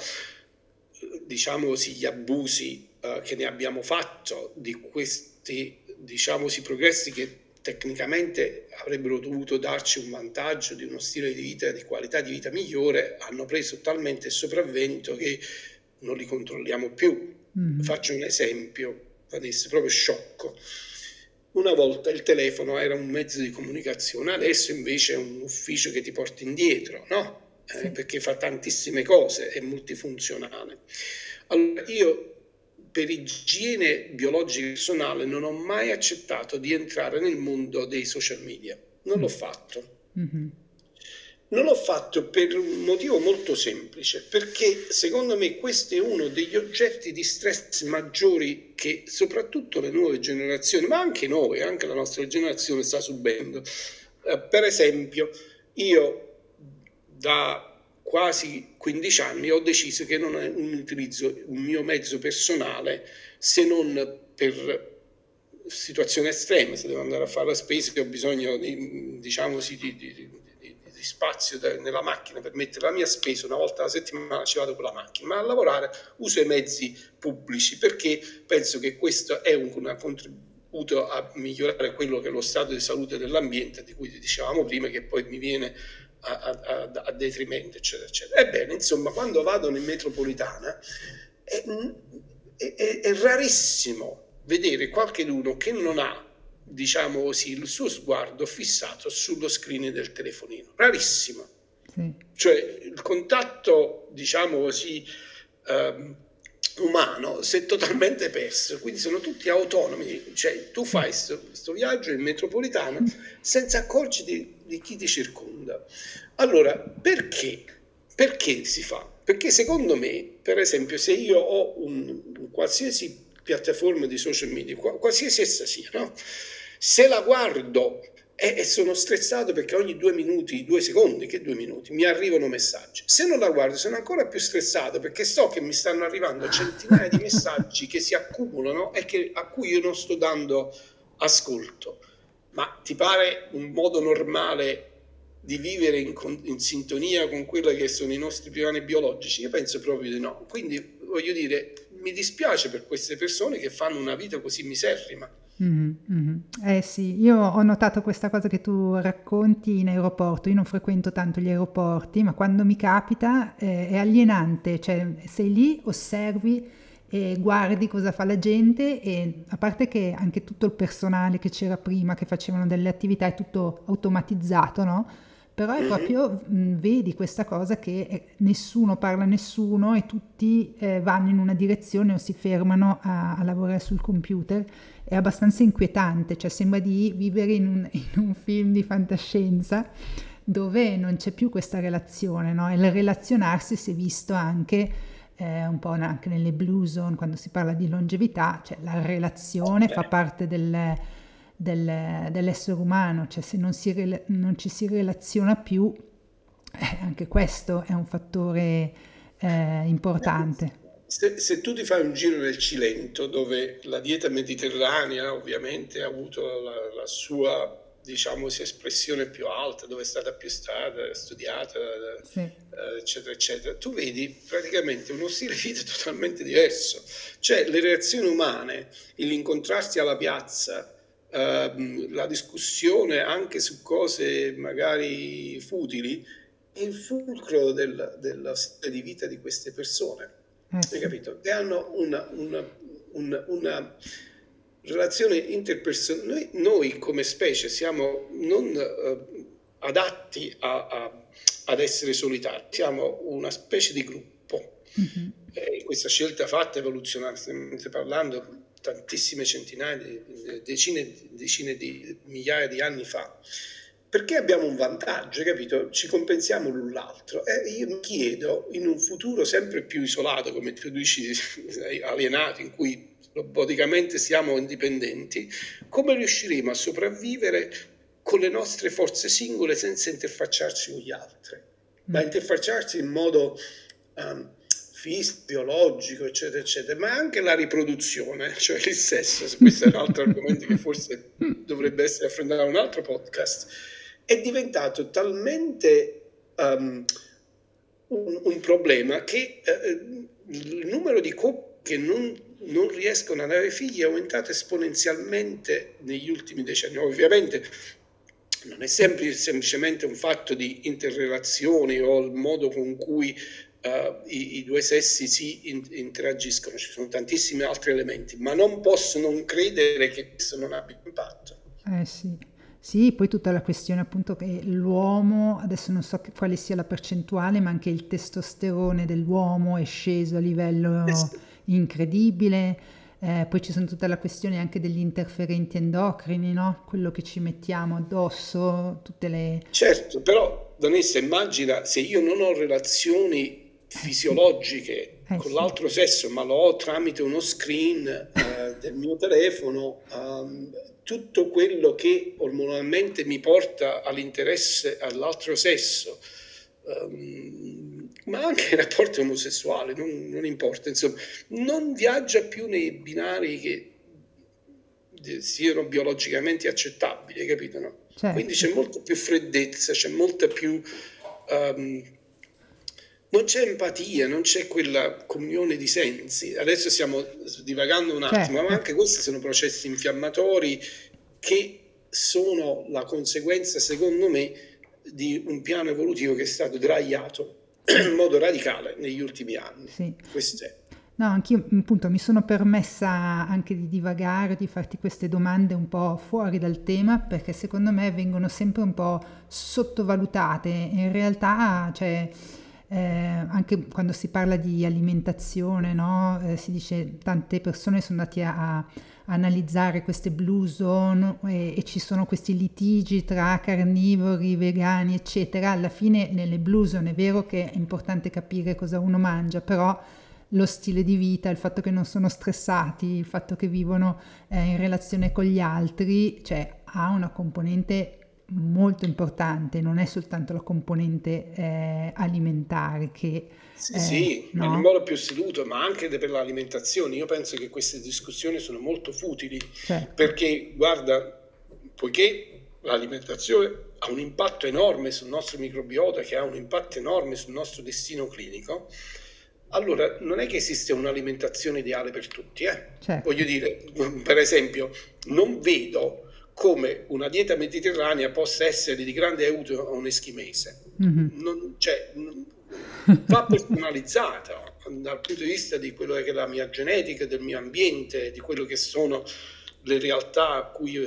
diciamo così, gli abusi eh, che ne abbiamo fatto di questi, diciamo così, progressi che tecnicamente avrebbero dovuto darci un vantaggio di uno stile di vita, di qualità di vita migliore, hanno preso talmente il sopravvento che non li controlliamo più. Mm-hmm. Faccio un esempio, Vanessa, proprio sciocco. Una volta il telefono era un mezzo di comunicazione, adesso invece è un ufficio che ti porta indietro, no? Eh, Sì. perché fa tantissime cose, è multifunzionale. Allora, io per igiene biologica personale non ho mai accettato di entrare nel mondo dei social media, non l'ho fatto. Mm-hmm. Non l'ho fatto per un motivo molto semplice, perché secondo me questo è uno degli oggetti di stress maggiori che soprattutto le nuove generazioni, ma anche noi, anche la nostra generazione sta subendo. Eh, per esempio, io da quasi quindici anni ho deciso che non utilizzo un mio mezzo personale se non per situazioni estreme, se devo andare a fare la spesa, che ho bisogno di, diciamo così, di, di, di, di spazio da, nella macchina per mettere la mia spesa, una volta alla settimana ci vado con la macchina, ma a lavorare uso i mezzi pubblici perché penso che questo è un, un contributo a migliorare quello che è lo stato di salute dell'ambiente, di cui dicevamo prima, che poi mi viene a, a, a detrimento, eccetera, eccetera. Ebbene, insomma, quando vado in metropolitana è, è, è, è rarissimo vedere qualcuno che non ha, diciamo così, il suo sguardo fissato sullo screen del telefonino. Rarissimo. Sì. Cioè il contatto, diciamo così, um, umano si è totalmente perso, quindi sono tutti autonomi, cioè tu fai questo viaggio in metropolitana senza accorgerti di chi ti circonda. Allora, perché? Perché si fa? Perché secondo me, per esempio, se io ho un, un qualsiasi piattaforma di social media, qualsiasi essa sia, no? Se la guardo e, e sono stressato perché ogni due minuti, due secondi, che due minuti, mi arrivano messaggi. Se non la guardo sono ancora più stressato perché so che mi stanno arrivando centinaia di messaggi che si accumulano e che, a cui io non sto dando ascolto. Ma ti pare un modo normale di vivere in, in sintonia con quelli che sono i nostri piani biologici? Io penso proprio di no. Quindi voglio dire, mi dispiace per queste persone che fanno una vita così miserrima. Mm, mm. Eh sì, io ho notato questa cosa che tu racconti in aeroporto. Io non frequento tanto gli aeroporti, ma quando mi capita eh, è alienante, cioè sei lì, osservi e guardi cosa fa la gente, e a parte che anche tutto il personale che c'era prima, che facevano delle attività, è tutto automatizzato, no? Però è Mhm. proprio, mh, vedi questa cosa che eh, nessuno parla a nessuno e tutti eh, vanno in una direzione o si fermano a, a lavorare sul computer. È abbastanza inquietante, cioè sembra di vivere in un, in un film di fantascienza dove non c'è più questa relazione, no? E il relazionarsi si è visto anche eh, un po' anche nelle Blue Zone, quando si parla di longevità, cioè la relazione fa Beh, parte del, del- dell'essere umano, cioè se non, si rela- non ci si relaziona più, eh, anche questo è un fattore eh, importante. Se, se tu ti fai un giro nel Cilento, dove la dieta mediterranea ovviamente ha avuto la, la sua, diciamo, espressione più alta, dove è stata più stata, studiata, Sì. eh, eccetera, eccetera, tu vedi praticamente uno stile di vita totalmente diverso. Cioè le reazioni umane, l'incontrarsi alla piazza, ehm, la discussione anche su cose magari futili, è il fulcro del, dello stile di vita di queste persone. Eh Hai sì. capito? Che hanno una, una- una- una relazione interpersonale. Noi, noi come specie siamo non eh, adatti a- a- ad essere solitari, siamo una specie di gruppo. Mhm. E questa scelta fatta evoluzionariamente parlando tantissime centinaia, di- decine, decine di migliaia di anni fa, perché abbiamo un vantaggio, capito? Ci compensiamo l'un l'altro. E io mi chiedo, in un futuro sempre più isolato, come tu dici, alienato, in cui roboticamente siamo indipendenti, come riusciremo a sopravvivere con le nostre forze singole senza interfacciarci con gli altri, ma Mm. interfacciarsi in modo um, fisico, biologico, eccetera, eccetera, ma anche la riproduzione, cioè il sesso, questo è un altro argomento che forse dovrebbe essere affrontato in un altro podcast, è diventato talmente um, un, un problema che eh, il numero di coppie che non, non riescono ad avere figli è aumentato esponenzialmente negli ultimi decenni. Ovviamente non è sempre semplicemente un fatto di interrelazioni o il modo con cui uh, i, i due sessi si in, interagiscono, ci sono tantissimi altri elementi, ma non posso non credere che questo non abbia impatto. Eh sì. Sì, poi tutta la questione appunto che l'uomo, adesso non so che- quale sia la percentuale, ma anche il testosterone dell'uomo è sceso a Eh livello sì. incredibile. Eh, poi ci sono tutta la questione anche degli interferenti endocrini, no? Quello che ci mettiamo addosso, tutte le... Certo, però Vanessa, immagina se io non ho relazioni Eh sì, fisiologiche eh con sì, l'altro sesso, ma lo ho tramite uno screen eh, del mio telefono, ehm, tutto quello che ormonalmente mi porta all'interesse all'altro sesso, ehm, ma anche i rapporti omosessuali, non, non importa, insomma, non viaggia più nei binari che de- siano biologicamente accettabili, hai capito? No? Quindi certo. c'è molta più freddezza, c'è molta più... ehm, non c'è empatia, non c'è quella comunione di sensi. Adesso stiamo divagando un attimo, ma Certo. anche questi sono processi infiammatori che sono la conseguenza, secondo me, di un piano evolutivo che è stato deragliato Sì, in modo radicale negli ultimi anni. sì. Questo è. No, anch'io appunto mi sono permessa anche di divagare, di farti queste domande un po' fuori dal tema, perché secondo me vengono sempre un po' sottovalutate. In realtà, cioè, eh, anche quando si parla di alimentazione, no? Eh, si dice tante persone sono andate a, a analizzare queste blue zone e, e ci sono questi litigi tra carnivori, vegani, eccetera. Alla fine nelle blue zone è vero che è importante capire cosa uno mangia, però lo stile di vita, il fatto che non sono stressati, il fatto che vivono eh, in relazione con gli altri, cioè ha una componente molto importante, non è soltanto la componente eh, alimentare che, Sì, eh, sì, ma in no? modo più assoluto, ma anche per l'alimentazione. Io penso che queste discussioni sono molto futili Certo, perché, guarda, poiché l'alimentazione ha un impatto enorme sul nostro microbiota, che ha un impatto enorme sul nostro destino clinico, allora non è che esiste un'alimentazione ideale per tutti, eh? Voglio certo. dire, per esempio, non vedo come una dieta mediterranea possa essere di grande aiuto a un eschimese. Mhm. Non, cioè, non- va personalizzata, dal punto di vista di quello che è la mia genetica, del mio ambiente, di quello che sono le realtà a cui io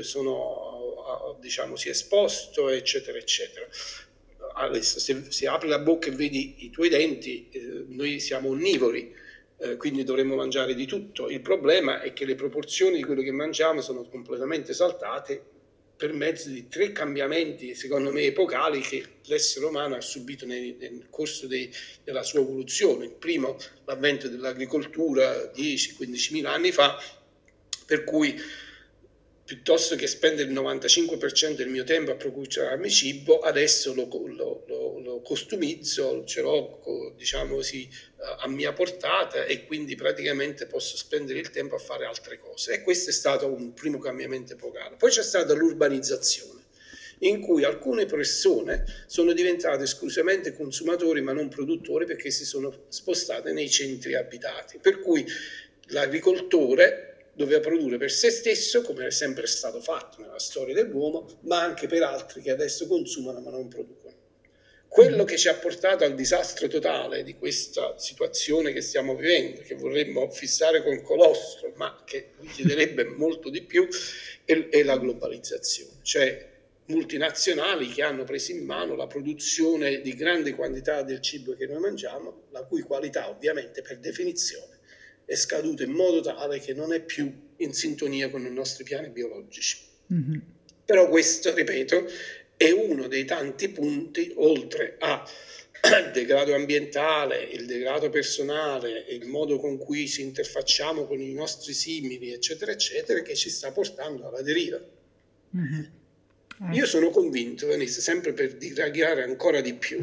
sono, diciamo, si è esposto, eccetera, eccetera. Adesso, se, se apri la bocca e vedi i tuoi denti, eh, noi siamo onnivori, eh, quindi dovremmo mangiare di tutto. Il problema è che le proporzioni di quello che mangiamo sono completamente saltate per mezzo di tre cambiamenti, secondo me, epocali che l'essere umano ha subito nel, nel corso dei, della sua evoluzione. Il primo, l'avvento dell'agricoltura dieci quindici mila anni fa, per cui piuttosto che spendere il novantacinque per cento del mio tempo a procurarmi cibo, adesso lo, lo, lo, lo costumizzo, ce l'ho, diciamo così, a mia portata, e quindi praticamente posso spendere il tempo a fare altre cose. E questo è stato un primo cambiamento epocale. Poi c'è stata l'urbanizzazione, in cui alcune persone sono diventate esclusivamente consumatori ma non produttori, perché si sono spostate nei centri abitati, per cui l'agricoltore doveva produrre per se stesso, come è sempre stato fatto nella storia dell'uomo, ma anche per altri che adesso consumano ma non producono. Quello che ci ha portato al disastro totale di questa situazione che stiamo vivendo, che vorremmo fissare col colostro, ma che richiederebbe molto di più, è, è la globalizzazione, cioè multinazionali che hanno preso in mano la produzione di grandi quantità del cibo che noi mangiamo, la cui qualità ovviamente per definizione è scaduto in modo tale che non è più in sintonia con i nostri piani biologici. Mm-hmm. Però questo, ripeto, è uno dei tanti punti, oltre al degrado ambientale, il degrado personale, il modo con cui ci interfacciamo con i nostri simili, eccetera, eccetera, che ci sta portando alla deriva. Mm-hmm. Eh. Io sono convinto, Vanessa, sempre per divagare ancora di più,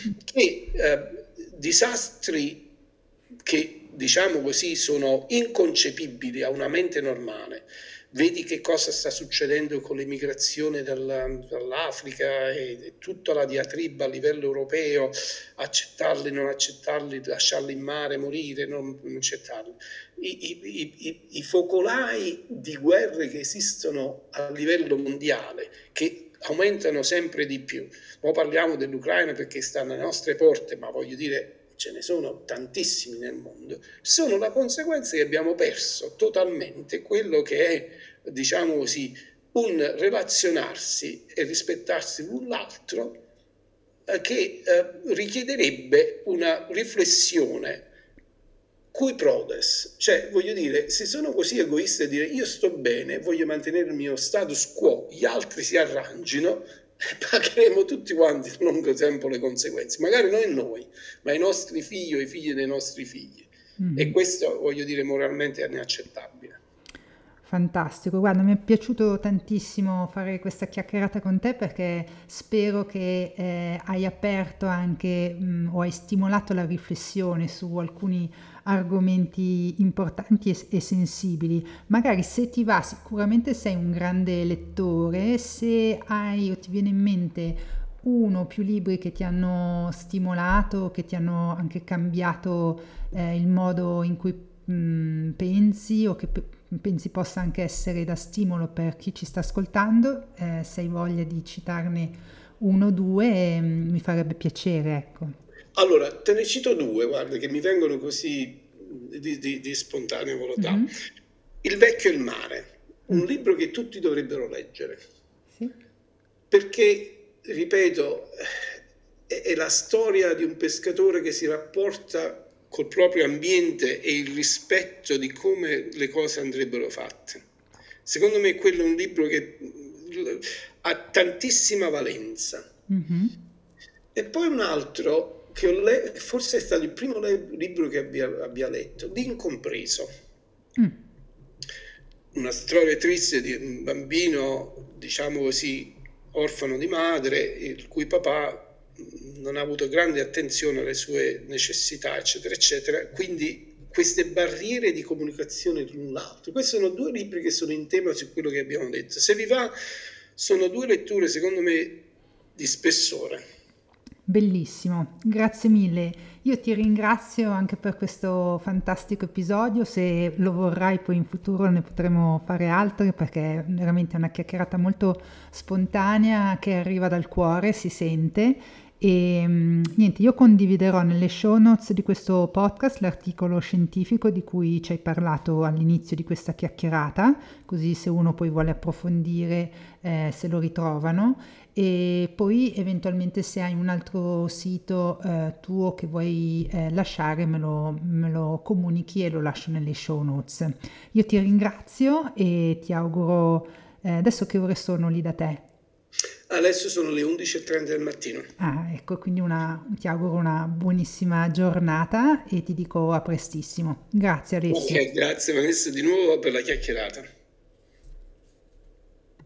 che eh, disastri che, diciamo così, sono inconcepibili a una mente normale. Vedi che cosa sta succedendo con l'emigrazione dall'Africa e tutta la diatriba a livello europeo, accettarli, non accettarli, lasciarli in mare, morire, non accettarli. I, i, i, i focolai di guerre che esistono a livello mondiale, che aumentano sempre di più. Ora parliamo dell'Ucraina perché sta alle nostre porte, ma voglio dire, ce ne sono tantissimi nel mondo, sono la conseguenza che abbiamo perso totalmente quello che è, diciamo così, un relazionarsi e rispettarsi l'un l'altro eh, che eh, richiederebbe una riflessione cui prodest, cioè voglio dire, se sono così egoista di dire io sto bene, voglio mantenere il mio status quo, gli altri si arrangino, pagheremo tutti quanti a lungo tempo le conseguenze, magari non noi, ma i nostri figli o i figli dei nostri figli. Mm-hmm. E questo, voglio dire, moralmente è inaccettabile. Fantastico, guarda, mi è piaciuto tantissimo fare questa chiacchierata con te, perché spero che eh, hai aperto anche mh, o hai stimolato la riflessione su alcuni argomenti importanti e, e sensibili. Magari, se ti va, sicuramente sei un grande lettore, se hai o ti viene in mente uno o più libri che ti hanno stimolato, che ti hanno anche cambiato eh, il modo in cui mh, pensi, o che pe- pensi possa anche essere da stimolo per chi ci sta ascoltando, eh, se hai voglia di citarne uno o due, eh, mi farebbe piacere, ecco. Allora, te ne cito due, guarda, che mi vengono così di, di, di spontanea volontà. Mm-hmm. Il vecchio e il mare, un mm. libro che tutti dovrebbero leggere. Sì. Perché, ripeto, è, è la storia di un pescatore che si rapporta col proprio ambiente e il rispetto di come le cose andrebbero fatte. Secondo me quello è un libro che ha tantissima valenza. Mm-hmm. E poi un altro che ho letto, forse è stato il primo le- libro che abbia, abbia letto, L'Incompreso. Mm. Una storia triste di un bambino, diciamo così, orfano di madre, il cui papà non ha avuto grande attenzione alle sue necessità, eccetera, eccetera. Quindi queste barriere di comunicazione l'un l'altro. Questi sono due libri che sono in tema su quello che abbiamo detto. Se vi va, sono due letture, secondo me, di spessore. Bellissimo, grazie mille. Io ti ringrazio anche per questo fantastico episodio. Se lo vorrai, poi in futuro ne potremo fare altre, perché è veramente una chiacchierata molto spontanea che arriva dal cuore, si sente. E mm, niente, io condividerò nelle show notes di questo podcast l'articolo scientifico di cui ci hai parlato all'inizio di questa chiacchierata, così se uno poi vuole approfondire eh, se lo ritrovano. E poi eventualmente se hai un altro sito eh, tuo che vuoi eh, lasciare me lo, me lo comunichi e lo lascio nelle show notes. Io ti ringrazio e ti auguro, eh, adesso che ore sono lì da te? Adesso sono le undici e trenta del mattino. Ah, ecco, quindi una, ti auguro una buonissima giornata e ti dico a prestissimo. Grazie Alessio. Ok, grazie Vanessa di nuovo per la chiacchierata.